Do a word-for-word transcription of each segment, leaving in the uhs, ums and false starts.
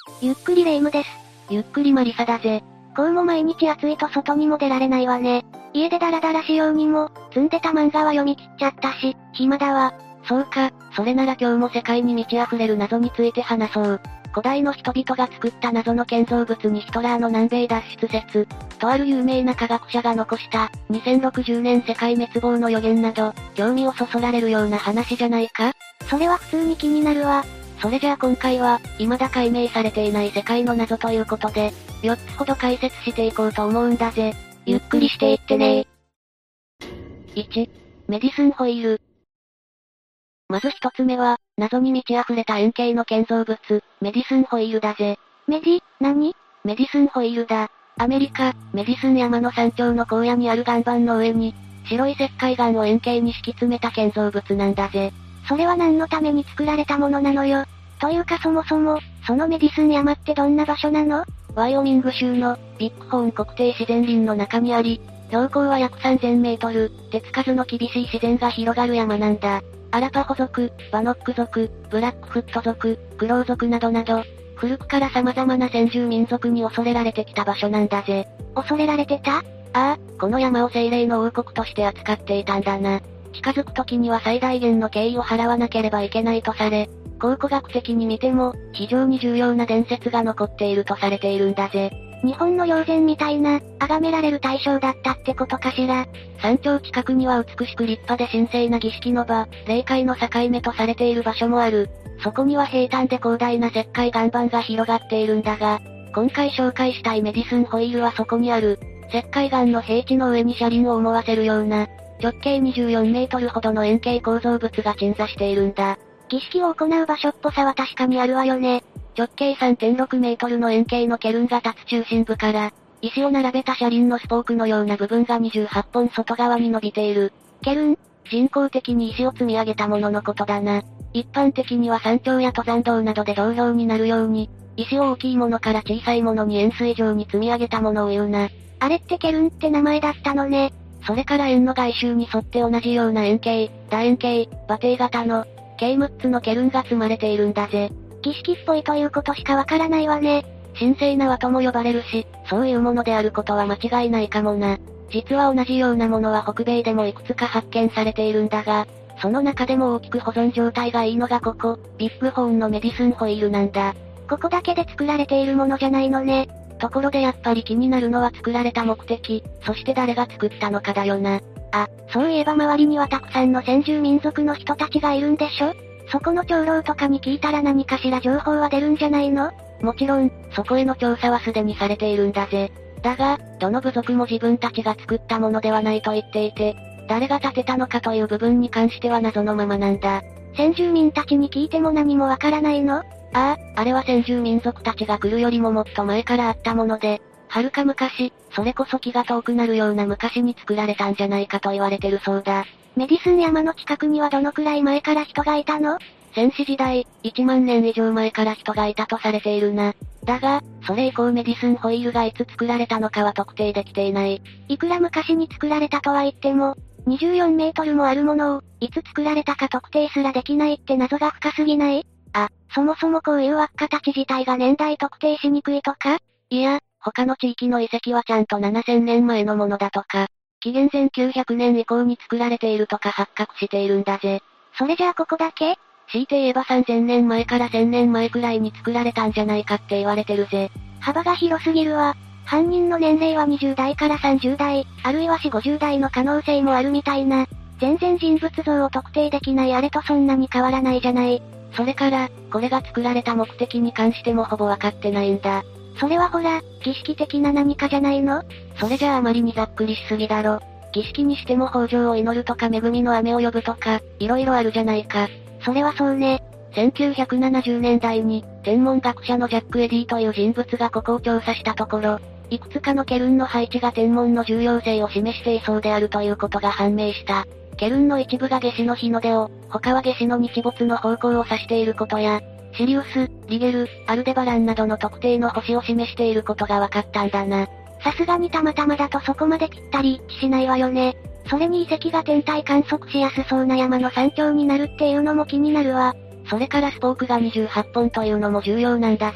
ゆっくりレ夢ムです。 ゆっくりマリサだぜ。 こうも毎日暑いと外にも出られないわね。家でダラダラしようにも、積んでた漫画は読み切っちゃったし、暇だわ。 そうか、それなら今日も世界に満ち溢れる謎について話そう。古代の人々が作った謎の建造物にヒトラーの南米脱出説、とある有名な科学者が残した、にせんろくじゅうねん世界滅亡の予言など、興味をそそられるような話じゃないか？ それは普通に気になるわ。 それじゃあ今回は、未だ解明されていない世界の謎ということで、よっつほど解説していこうと思うんだぜ。 ゆっくりしていってねー。いち、メディスンホイール。まず一つ目は、謎に満ち溢れた円形の建造物、メディスンホイールだぜ。 メディ、何？ メディスンホイールだ。アメリカ、メディスン山の山頂の荒野にある岩盤の上に、白い石灰岩を円形に敷き詰めた建造物なんだぜ。 それは何のために作られたものなのよ。というかそもそも、そのメディスン山ってどんな場所なの？ ワイオミング州の、ビッグホーン国定自然林の中にあり、標高は約さんぜんメートル、手つかずの厳しい自然が広がる山なんだ。アラパホ族、バノック族、ブラックフット族、クロウ族などなど、古くから様々な先住民族に恐れられてきた場所なんだぜ。 恐れられてた？ああ、この山を精霊の王国として扱っていたんだな。近づく時には最大限の敬意を払わなければいけないとされ、考古学的に見ても、非常に重要な伝説が残っているとされているんだぜ。 日本の霊前みたいな、崇められる対象だったってことかしら。 山頂近くには美しく立派で神聖な儀式の場、霊界の境目とされている場所もある。そこには平坦で広大な石灰岩盤が広がっているんだが、今回紹介したいメディスンホイールはそこにある、石灰岩の平地の上に車輪を思わせるような、直径にじゅうよんメートルほどの円形構造物が鎮座しているんだ。 儀式を行う場所っぽさは確かにあるわよね。 直径 さんてんろくメートルの円形のケルンが立つ中心部から、石を並べた車輪のスポークのような部分がにじゅうはっぽん外側に伸びている。 ケルン？ 人工的に石を積み上げたもののことだな。一般的には山頂や登山道などで道標になるように、石を大きいものから小さいものに円錐状に積み上げたものを言うな。 あれってケルンって名前だったのね。 それから円の外周に沿って同じような円形、楕円形、馬蹄型の、計むっつのケルンが積まれているんだぜ。 儀式っぽいということしかわからないわね。 神聖な輪とも呼ばれるし、そういうものであることは間違いないかもな。実は同じようなものは北米でもいくつか発見されているんだが、その中でも大きく保存状態がいいのがここ、ビッグホーンのメディスンホイールなんだ。 ここだけで作られているものじゃないのね。 ところでやっぱり気になるのは作られた目的、そして誰が作ったのかだよな。 あ、そういえば周りにはたくさんの先住民族の人たちがいるんでしょ？そこの長老とかに聞いたら何かしら情報は出るんじゃないの？ もちろん、そこへの調査はすでにされているんだぜ。だが、どの部族も自分たちが作ったものではないと言っていて、誰が建てたのかという部分に関しては謎のままなんだ。 先住民たちに聞いても何もわからないの？ああ、あれは先住民族たちが来るよりももっと前からあったもので、遥か昔、それこそ気が遠くなるような昔に作られたんじゃないかと言われてるそうだ。 メディスン山の近くにはどのくらい前から人がいたの？ 先史時代、いちまんねん以上前から人がいたとされているな。だが、それ以降メディスンホイールがいつ作られたのかは特定できていない。 いくら昔に作られたとは言っても、にじゅうよんメートルもあるものを、いつ作られたか特定すらできないって謎が深すぎない？あ、そもそもこういう輪っかたち自体が年代特定しにくいとか？ いや、他の地域の遺跡はちゃんとななせんねんまえのものだとか、紀元前きゅうひゃくねん以降に作られているとか発覚しているんだぜ。 それじゃあここだけ？ 強いて言えばさんぜんねんまえからせんねんまえくらいに作られたんじゃないかって言われてるぜ。 幅が広すぎるわ。犯人の年齢はにじゅうだいからさんじゅうだい、あるいはよんじゅう、ごじゅうだいの可能性もあるみたいな。全然人物像を特定できないあれとそんなに変わらないじゃない。 それから、これが作られた目的に関してもほぼわかってないんだ。 それはほら、儀式的な何かじゃないの？ それじゃああまりにざっくりしすぎだろ。儀式にしても豊穣を祈るとか恵みの雨を呼ぶとか、いろいろあるじゃないか。 それはそうね。 せんきゅうひゃくななじゅうねんだいに、天文学者のジャック・エディという人物がここを調査したところ、いくつかのケルンの配置が天文の重要性を示していそうであるということが判明した。ケルンの一部が夏至の日の出を、他は夏至の日没の方向を指していることや、シリウス、リゲル、アルデバランなどの特定の星を示していることが分かったんだな。 さすがにたまたまだとそこまでぴったり一致しないわよね。それに遺跡が天体観測しやすそうな山の山頂になるっていうのも気になるわ。 それからスポークがにじゅうはっぽんというのも重要なんだぜ。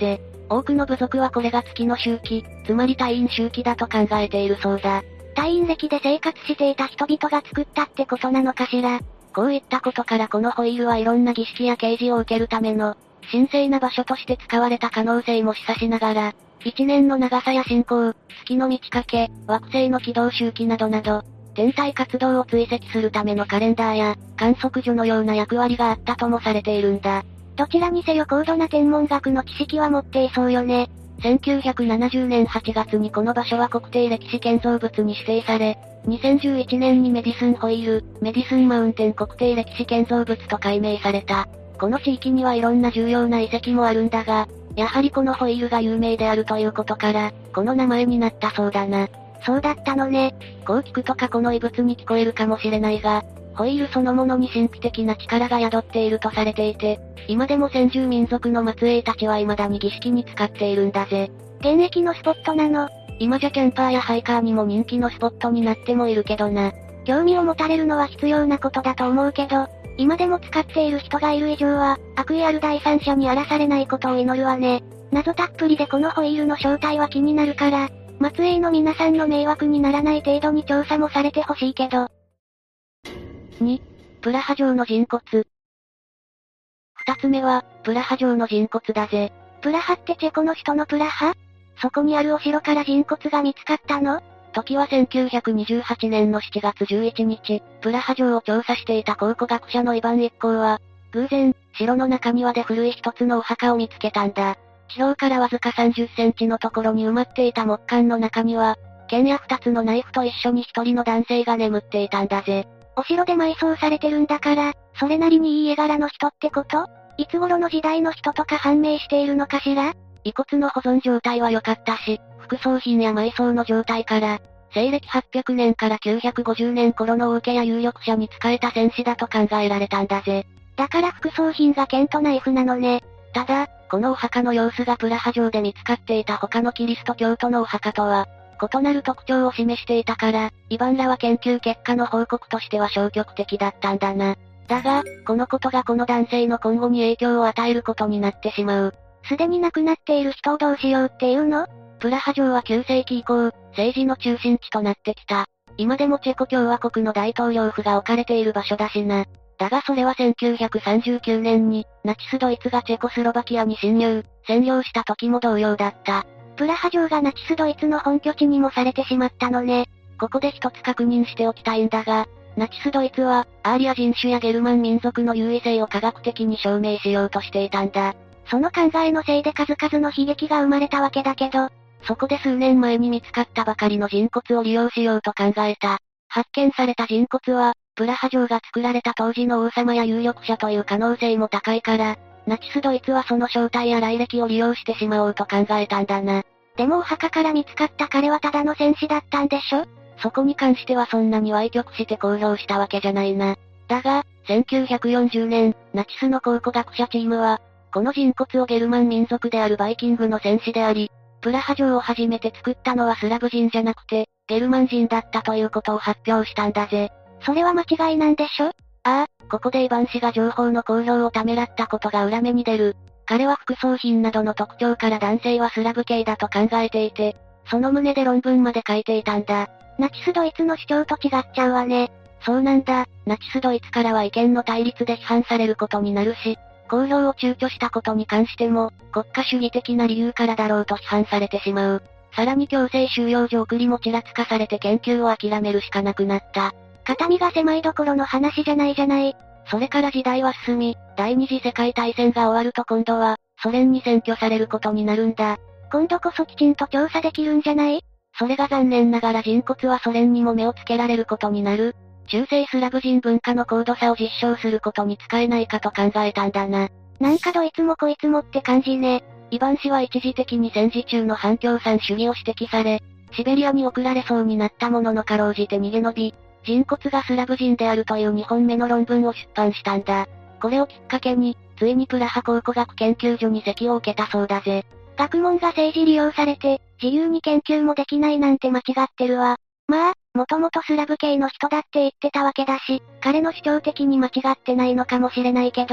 多くの部族はこれが月の周期、つまり太陰周期だと考えているそうだ。 太陰暦で生活していた人々が作ったってことなのかしら。 こういったことからこのホイールはいろんな儀式や啓示を受けるための、神聖な場所として使われた可能性も示唆しながら、一年の長さや進行、月の満ち欠け、惑星の軌道周期などなど、天体活動を追跡するためのカレンダーや、観測所のような役割があったともされているんだ。 どちらにせよ高度な天文学の知識は持っていそうよね。 せんきゅうひゃくななじゅうねんはちがつにこの場所は国定歴史建造物に指定され、にせんじゅういちねんにメディスンホイール、メディスンマウンテン国定歴史建造物と改名された。この地域にはいろんな重要な遺跡もあるんだが、やはりこのホイールが有名であるということから、この名前になったそうだな。 そうだったのね。 こう聞くと過去の遺物に聞こえるかもしれないが、ホイールそのものに神秘的な力が宿っているとされていて、今でも先住民族の末裔たちは未だに儀式に使っているんだぜ。 現役のスポットなの。 今じゃキャンパーやハイカーにも人気のスポットになってもいるけどな。 興味を持たれるのは必要なことだと思うけど、今でも使っている人がいる以上は、悪意ある第三者に荒らされないことを祈るわね。謎たっぷりでこのホイールの正体は気になるから、末裔の皆さんの迷惑にならない程度に調査もされてほしいけど。 に、プラハ城の人骨。二つ目は、プラハ城の人骨だぜ。 プラハってチェコの首都のプラハ？そこにあるお城から人骨が見つかったの？ 時はせんきゅうひゃくにじゅうはちねんのしちがつじゅういちにち、プラハ城を調査していた考古学者のイバン一行は、偶然、城の中庭で古い一つのお墓を見つけたんだ。地表からわずかさんじゅっセンチのところに埋まっていた木棺の中には、剣や二つのナイフと一緒に一人の男性が眠っていたんだぜ。 お城で埋葬されてるんだから、それなりにいい絵柄の人ってこと？いつ頃の時代の人とか判明しているのかしら？ 遺骨の保存状態は良かったし、副葬品や埋葬の状態から、西暦はっぴゃくねんからきゅうひゃくごじゅうねん頃の王家や有力者に仕えた戦士だと考えられたんだぜ。 だから副葬品が剣とナイフなのね。 ただ、このお墓の様子がプラハ城で見つかっていた他のキリスト教徒のお墓とは、異なる特徴を示していたから、イバンらは研究結果の報告としては消極的だったんだな。だが、このことがこの男性の今後に影響を与えることになってしまう。 すでに亡くなっている人をどうしようっていうの？ プラハ城はきゅうせいき以降、政治の中心地となってきた。今でもチェコ共和国の大統領府が置かれている場所だしな。だがそれはせんきゅうひゃくさんじゅうきゅうねんに、ナチスドイツがチェコスロバキアに侵入、占領した時も同様だった。 プラハ城がナチスドイツの本拠地にもされてしまったのね。 ここで一つ確認しておきたいんだが、ナチスドイツは、アーリア人種やゲルマン民族の優位性を科学的に証明しようとしていたんだ。 その考えのせいで数々の悲劇が生まれたわけだけど、 そこで数年前に見つかったばかりの人骨を利用しようと考えた。発見された人骨は、プラハ城が作られた当時の王様や有力者という可能性も高いから、ナチスドイツはその正体や来歴を利用してしまおうと考えたんだな。 でもお墓から見つかった彼はただの戦士だったんでしょ？ そこに関してはそんなに歪曲して公表したわけじゃないな。だが、せんきゅうひゃくよんじゅうねん、ナチスの考古学者チームは、この人骨をゲルマン民族であるバイキングの戦士であり、プラハ城を初めて作ったのはスラブ人じゃなくて、ゲルマン人だったということを発表したんだぜ。 それは間違いなんでしょ？ ああ、ここでイバン氏が情報の公表をためらったことが裏目に出る。彼は副葬品などの特徴から男性はスラブ系だと考えていて、その旨で論文まで書いていたんだ。 ナチスドイツの主張と違っちゃうわね。 そうなんだ、ナチスドイツからは意見の対立で批判されることになるし、公表を躊躇したことに関しても、国家主義的な理由からだろうと批判されてしまう。さらに強制収容所送りもちらつかされて研究を諦めるしかなくなった。 肩身が狭いどころの話じゃないじゃない。 それから時代は進み、第二次世界大戦が終わると今度は、ソ連に占拠されることになるんだ。 今度こそきちんと調査できるんじゃない？ それが残念ながら人骨はソ連にも目をつけられることになる。中世スラブ人文化の高度さを実証することに使えないかと考えたんだな。 なんかどいつもこいつもって感じね。 イバン氏は一時的に戦時中の反共産主義を指摘され、シベリアに送られそうになったもののかろうじて逃げ延び、人骨がスラブ人であるというにほんめの論文を出版したんだ。これをきっかけに、ついにプラハ考古学研究所に籍を受けたそうだぜ。 学問が政治利用されて、自由に研究もできないなんて間違ってるわ。まあ、もともとスラブ系の人だって言ってたわけだし、彼の主張的に間違ってないのかもしれないけど、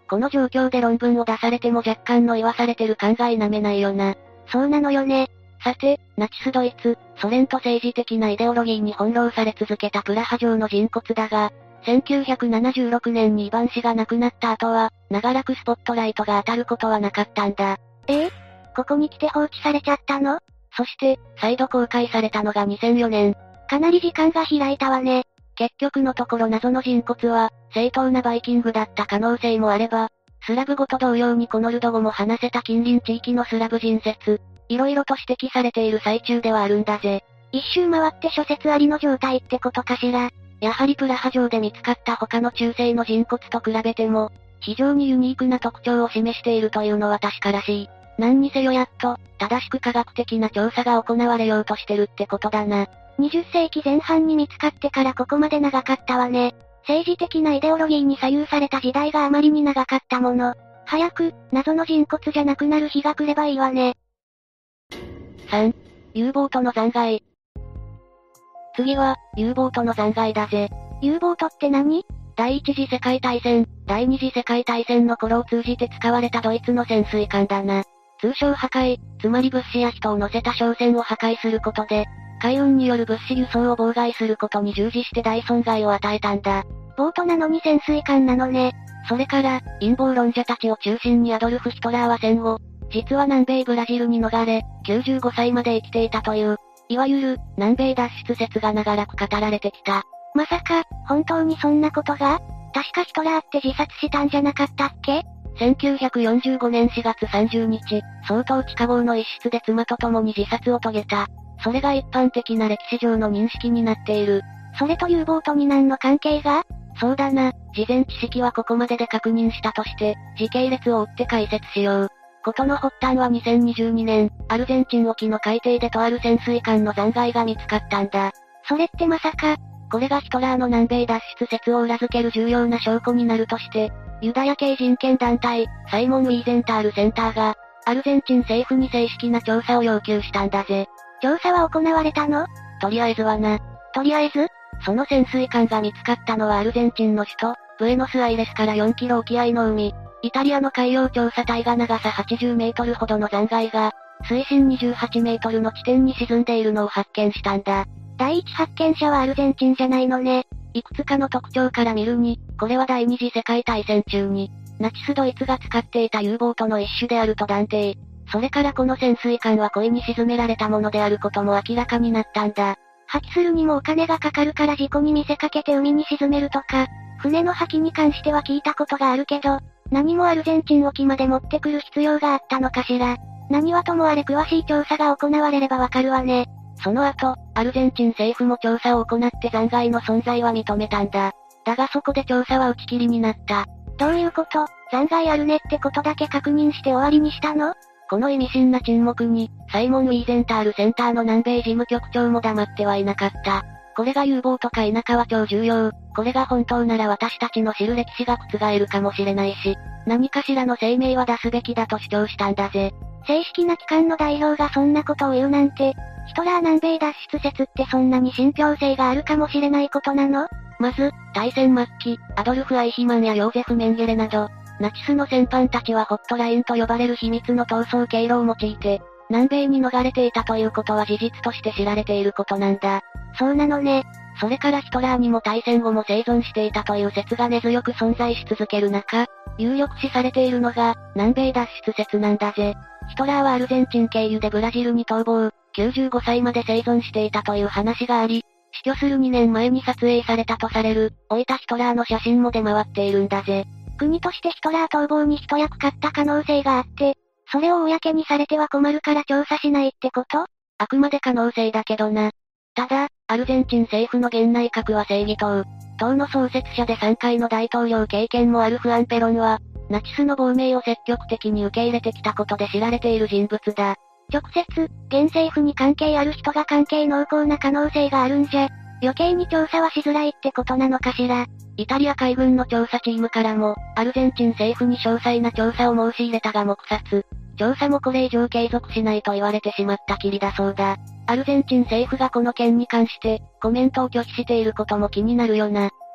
この状況で論文を出されても若干の言わされてる感が否めないよな。 そうなのよね。 さて、ナチスドイツ、ソ連と政治的なイデオロギーに翻弄され続けたプラハ城の人骨だが、せんきゅうひゃくななじゅうろくねんにイヴァン氏が亡くなった後は、長らくスポットライトが当たることはなかったんだ。 ええここに来て放置されちゃったの？ そして、再度公開されたのがにせんよねん。 かなり時間が開いたわね。 結局のところ謎の人骨は、正当なバイキングだった可能性もあれば、スラブ語と同様にコノルド語も話せた近隣地域のスラブ人説、いろいろと指摘されている最中ではあるんだぜ。 一周回って諸説ありの状態ってことかしら。 やはりプラハ城で見つかった他の中世の人骨と比べても、非常にユニークな特徴を示しているというのは確からしい。何にせよやっと、正しく科学的な調査が行われようとしてるってことだな。 にじゅっせいきぜん半に見つかってからここまで長かったわね。政治的なイデオロギーに左右された時代があまりに長かったもの。早く、謎の人骨じゃなくなる日が来ればいいわね。 さん. U ボートの残骸。次は、U ボートの残骸だぜ。 U ボートって何？ 第一次世界大戦、第二次世界大戦の頃を通じて使われたドイツの潜水艦だな。通称破壊、つまり物資や人を乗せた商船を破壊することで、海運による物資輸送を妨害することに従事して大損害を与えたんだ。 ボートなのに潜水艦なのね。 それから、陰謀論者たちを中心にアドルフ・ヒトラーは戦後、実は南米ブラジルに逃れ、きゅうじゅうごさいまで生きていたという、いわゆる、南米脱出説が長らく語られてきた。 まさか、本当にそんなことが？確かヒトラーって自殺したんじゃなかったっけ？ せんきゅうひゃくよんじゅうごねんしがつさんじゅうにち、総統地下壕の一室で妻と共に自殺を遂げた。それが一般的な歴史上の認識になっている。 それと U ボートに何の関係が？ そうだな、事前知識はここまでで確認したとして、時系列を追って解説しよう。事の発端はにせんにじゅうにねん、アルゼンチン沖の海底でとある潜水艦の残骸が見つかったんだ。 それってまさか、 これがヒトラーの南米脱出説を裏付ける重要な証拠になるとして、ユダヤ系人権団体、サイモン・ウィーゼンタールセンターが、アルゼンチン政府に正式な調査を要求したんだぜ。 調査は行われたの？ とりあえずはな。 とりあえず？ その潜水艦が見つかったのはアルゼンチンの首都、ブエノスアイレスからよんキロ沖合の海。イタリアの海洋調査隊が長さはちじゅうメートルほどの残骸が、水深にじゅうはちメートルの地点に沈んでいるのを発見したんだ。 第一発見者はアルゼンチンじゃないのね。 いくつかの特徴から見るに、これは第二次世界大戦中に、ナチスドイツが使っていた U ボートの一種であると断定。それからこの潜水艦は故意に沈められたものであることも明らかになったんだ。 破棄するにもお金がかかるから事故に見せかけて海に沈めるとか、船の破棄に関しては聞いたことがあるけど、何もアルゼンチン沖まで持ってくる必要があったのかしら。何はともあれ詳しい調査が行われればわかるわね。 その後、アルゼンチン政府も調査を行って残骸の存在は認めたんだ。だがそこで調査は打ち切りになった。 どういうこと？残骸あるねってことだけ確認して終わりにしたの？ この意味深な沈黙に、サイモン・ウィーゼンタールセンターの南米事務局長も黙ってはいなかった。これが U ボートか否かは超重要。これが本当なら私たちの知る歴史が覆るかもしれないし、何かしらの声明は出すべきだと主張したんだぜ。 正式な機関の代表がそんなことを言うなんて、ヒトラー南米脱出説ってそんなに信憑性があるかもしれないことなの？ まず、大戦末期、アドルフ・アイヒマンやヨーゼフ・メンゲレなど、ナチスの戦犯たちはホットラインと呼ばれる秘密の逃走経路を用いて、南米に逃れていたということは事実として知られていることなんだ。 そうなのね。 それからヒトラーにも大戦後も生存していたという説が根強く存在し続ける中、有力視されているのが、南米脱出説なんだぜ。ヒトラーはアルゼンチン経由でブラジルに逃亡、きゅうじゅうごさいまで生存していたという話があり、死去するにねんまえに撮影されたとされる、老いたヒトラーの写真も出回っているんだぜ。 国としてヒトラー逃亡に一役買った可能性があって、それを公にされては困るから調査しないってこと？ あくまで可能性だけどな。ただ、アルゼンチン政府の現内閣は正義党。党の創設者でさんかいの大統領経験もあるフアン・ペロンは、ナチスの亡命を積極的に受け入れてきたことで知られている人物だ。 直接、現政府に関係ある人が関係濃厚な可能性があるんじゃ、余計に調査はしづらいってことなのかしら。 イタリア海軍の調査チームからも、アルゼンチン政府に詳細な調査を申し入れたが黙殺。調査もこれ以上継続しないと言われてしまったきりだそうだ。アルゼンチン政府がこの件に関して、コメントを拒否していることも気になるよな。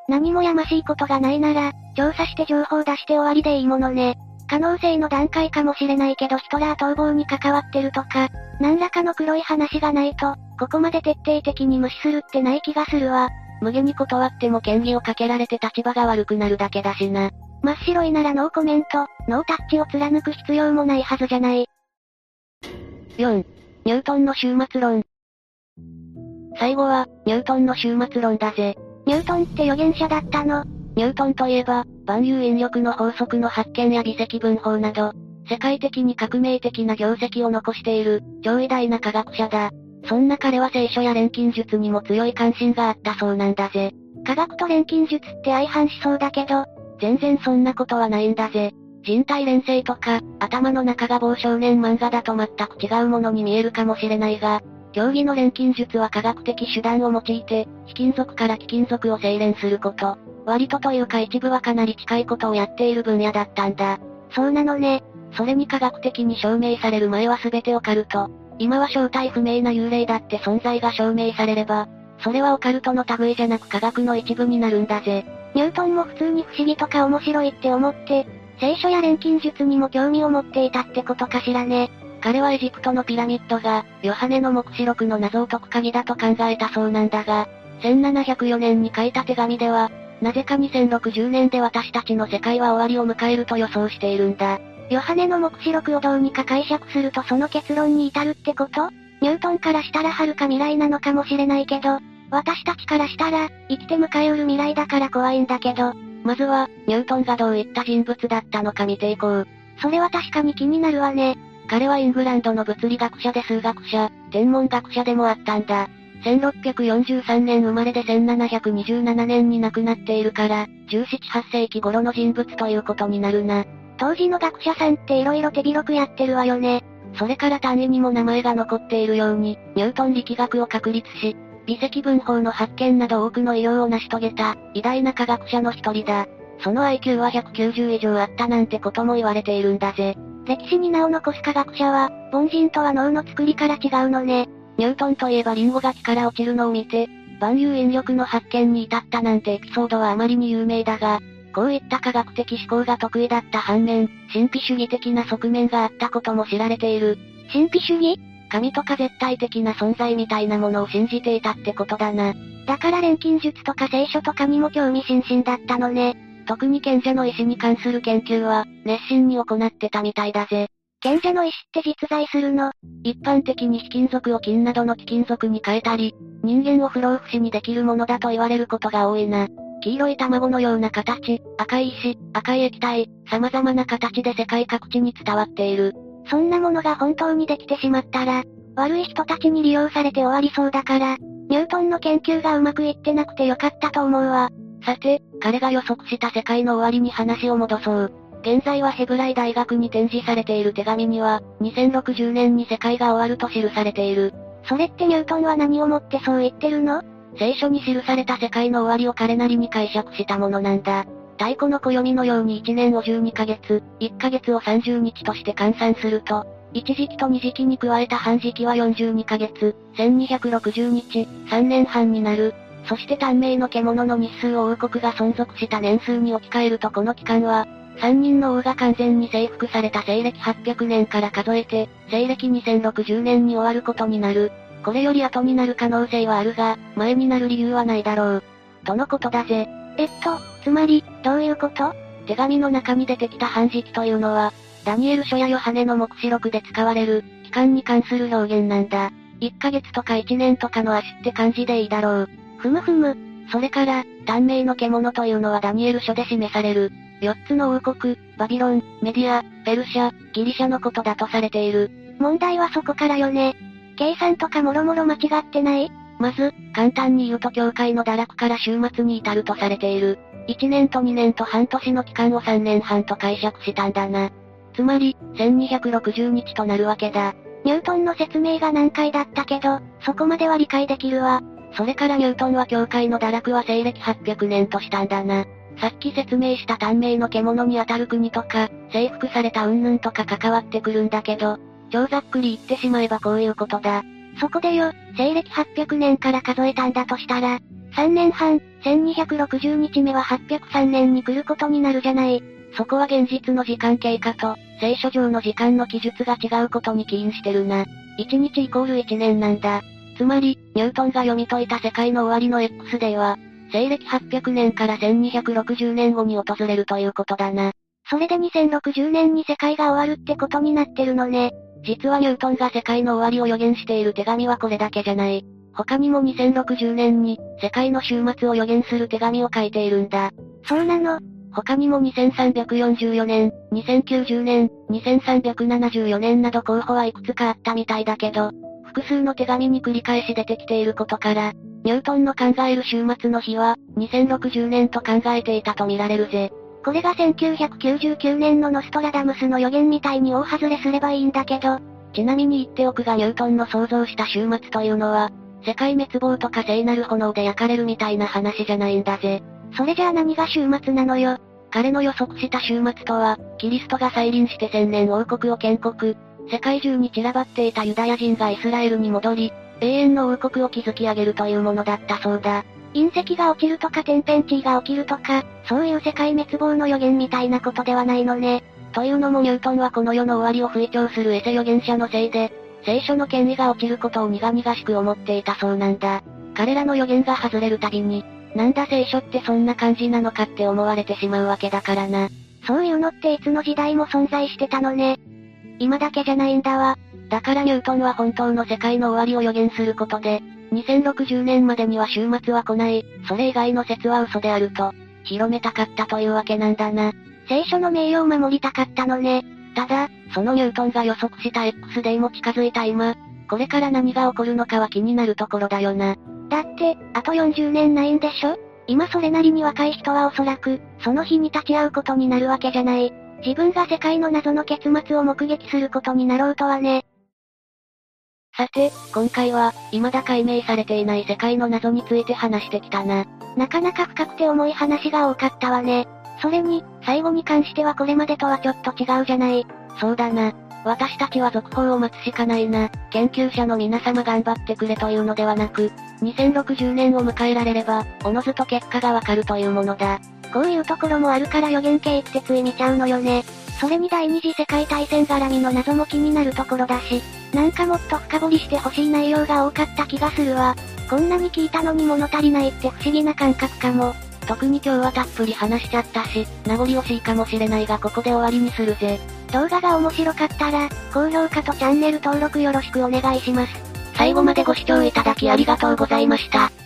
何もやましいことがないなら、調査して情報出して終わりでいいものね。可能性の段階かもしれないけどヒトラー逃亡に関わってるとか、何らかの黒い話がないと、ここまで徹底的に無視するってない気がするわ。 無下に断っても嫌疑をかけられて立場が悪くなるだけだしな。 真っ白いならノーコメント、ノータッチを貫く必要もないはずじゃない。 よん. ニュートンの終末論。最後は、ニュートンの終末論だぜ。 ニュートンって預言者だったの？ ニュートンといえば、万有引力の法則の発見や微積分法など、世界的に革命的な業績を残している、超偉大な科学者だ。そんな彼は聖書や錬金術にも強い関心があったそうなんだぜ。 科学と錬金術って相反しそうだけど、 全然そんなことはないんだぜ。人体錬成とか、頭の中が棒少年漫画だと全く違うものに見えるかもしれないが、競技の錬金術は科学的手段を用いて、非金属から貴金属を精錬すること。割とというか一部はかなり近いことをやっている分野だったんだ。 そうなのね。 それに科学的に証明される前は全てオカルト。今は正体不明な幽霊だって存在が証明されれば、それはオカルトの類じゃなく科学の一部になるんだぜ。 ニュートンも普通に不思議とか面白いって思って、聖書や錬金術にも興味を持っていたってことかしらね。 彼はエジプトのピラミッドが、ヨハネの黙示録の謎を解く鍵だと考えたそうなんだが、せんななひゃくよねんに書いた手紙では、なぜかにせんろくじゅうねんで私たちの世界は終わりを迎えると予想しているんだ。 ヨハネの黙示録をどうにか解釈するとその結論に至るってこと？ニュートンからしたら遥か未来なのかもしれないけど、私たちからしたら、生きて迎えうる未来だから怖いんだけど、 まずは、ニュートンがどういった人物だったのか見ていこう。 それは確かに気になるわね。 彼はイングランドの物理学者で数学者、天文学者でもあったんだ。せんろっぴゃくよんじゅうさんねん生まれでせんななひゃくにじゅうななねんに亡くなっているから、じゅうなな、はっせいき頃の人物ということになるな。 当時の学者さんって色々手広くやってるわよね。 それから単位にも名前が残っているように、ニュートン力学を確立し、微積分法の発見など多くの偉業を成し遂げた、偉大な科学者の一人だ。その アイキュー はひゃくきゅうじゅう以上あったなんてことも言われているんだぜ。 歴史に名を残す科学者は、凡人とは脳の作りから違うのね。 ニュートンといえばリンゴが木から落ちるのを見て、万有引力の発見に至ったなんてエピソードはあまりに有名だが、こういった科学的思考が得意だった反面、神秘主義的な側面があったことも知られている。 神秘主義？ 神とか絶対的な存在みたいなものを信じていたってことだな。 だから錬金術とか聖書とかにも興味津々だったのね。 特に賢者の石に関する研究は、熱心に行ってたみたいだぜ。 賢者の石って実在するの？ 一般的に非金属を金などの貴金属に変えたり、人間を不老不死にできるものだと言われることが多いな。黄色い卵のような形、赤い石、赤い液体、様々な形で世界各地に伝わっている。 そんなものが本当にできてしまったら、悪い人たちに利用されて終わりそうだから、ニュートンの研究がうまくいってなくてよかったと思うわ。 さて、彼が予測した世界の終わりに話を戻そう。現在はヘブライ大学に展示されている手紙には、にせんろくじゅうねんに世界が終わると記されている。 それってニュートンは何をもってそう言ってるの？ 聖書に記された世界の終わりを彼なりに解釈したものなんだ。太古の暦のようにいちねんをじゅうにかげつ、いっかげつをさんじゅうにちとして換算すると、いちじきとにじきに加えた半時期はよんじゅうにかげつ、せんにひゃくろくじゅうにち、さんねんはんになる。そして短命の獣の日数を王国が存続した年数に置き換えるとこの期間は、さんにんの王が完全に征服された西暦はっぴゃくねんから数えて、西暦にせんろくじゅうねんに終わることになる。これより後になる可能性はあるが、前になる理由はないだろう。とのことだぜ。 えっと、つまり、どういうこと？ 手紙の中に出てきた半時期というのは、ダニエル書やヨハネの黙示録で使われる、期間に関する表現なんだ。いっかげつとかいちねんとかの足って感じでいいだろう。 ふむふむ。 それから、短命の獣というのはダニエル書で示される。よっつの王国、バビロン、メディア、ペルシャ、ギリシャのことだとされている。 問題はそこからよね。計算とかもろもろ間違ってない？ まず、簡単に言うと教会の堕落から終末に至るとされている。いちねんとにねんと半年の期間をさんねんはんと解釈したんだな。つまり、せんにひゃくろくじゅうにちとなるわけだ。 ニュートンの説明が難解だったけど、そこまでは理解できるわ。 それからニュートンは教会の堕落は西暦はっぴゃくねんとしたんだな。さっき説明した短命の獣に当たる国とか、征服された云々とか関わってくるんだけど、超ざっくり言ってしまえばこういうことだ。 そこでよ、西暦はっぴゃくねんから数えたんだとしたら、 さんねんはん、せんにひゃくろくじゅうにちめははっぴゃくさんねんに来ることになるじゃない。 そこは現実の時間経過と、聖書上の時間の記述が違うことに起因してるな。いちにちイコールいちねんなんだ。つまり、ニュートンが読み解いた世界の終わりの X デーは、西暦はっぴゃくねんからせんにひゃくろくじゅうねんごに訪れるということだな。 それでにせんろくじゅうねんに世界が終わるってことになってるのね。 実はニュートンが世界の終わりを予言している手紙はこれだけじゃない。他にもにせんろくじゅうねんに、世界の終末を予言する手紙を書いているんだ。 そうなの？ 他にもにせんさんびゃくよんじゅうよねん、にせんきゅうじゅうねん、にせんさんびゃくななじゅうよねんなど候補はいくつかあったみたいだけど、複数の手紙に繰り返し出てきていることから、ニュートンの考える終末の日は、にせんろくじゅうねんと考えていたと見られるぜ。 これがせんきゅうひゃくきゅうじゅうきゅうねんのノストラダムスの予言みたいに大外れすればいいんだけど、 ちなみに言っておくがニュートンの想像した終末というのは、世界滅亡とか聖なる炎で焼かれるみたいな話じゃないんだぜ。 それじゃあ何が終末なのよ。 彼の予測した終末とは、キリストが再臨して千年王国を建国、世界中に散らばっていたユダヤ人がイスラエルに戻り、永遠の王国を築き上げるというものだったそうだ。 隕石が落ちるとか天変地異が起きるとか、そういう世界滅亡の予言みたいなことではないのね。 というのもニュートンはこの世の終わりを吹聴するエセ預言者のせいで、聖書の権威が落ちることを苦々しく思っていたそうなんだ。彼らの予言が外れるたびに、なんだ聖書ってそんな感じなのかって思われてしまうわけだからな。 そういうのっていつの時代も存在してたのね。今だけじゃないんだわ。 だからニュートンは本当の世界の終わりを予言することで、にせんろくじゅうねんまでには終末は来ない、それ以外の説は嘘であると、広めたかったというわけなんだな。 聖書の名誉を守りたかったのね。 ただ、そのニュートンが予測した X デーも近づいた今、これから何が起こるのかは気になるところだよな。 だって、あとよんじゅうねんないんでしょ？今それなりに若い人はおそらく、その日に立ち会うことになるわけじゃない。自分が世界の謎の結末を目撃することになろうとはね。 さて、今回は、未だ解明されていない世界の謎について話してきたな。 なかなか深くて重い話が多かったわね。それに、最後に関してはこれまでとはちょっと違うじゃない。 そうだな。私たちは続報を待つしかないな。研究者の皆様頑張ってくれというのではなく、にせんろくじゅうねんを迎えられれば、おのずと結果がわかるというものだ。 こういうところもあるから予言系ってつい見ちゃうのよね。それに第二次世界大戦絡みの謎も気になるところだし、なんかもっと深掘りしてほしい内容が多かった気がするわ。こんなに聞いたのに物足りないって不思議な感覚かも。 特に今日はたっぷり話しちゃったし、名残惜しいかもしれないがここで終わりにするぜ。 動画が面白かったら、高評価とチャンネル登録よろしくお願いします。 最後までご視聴いただきありがとうございました。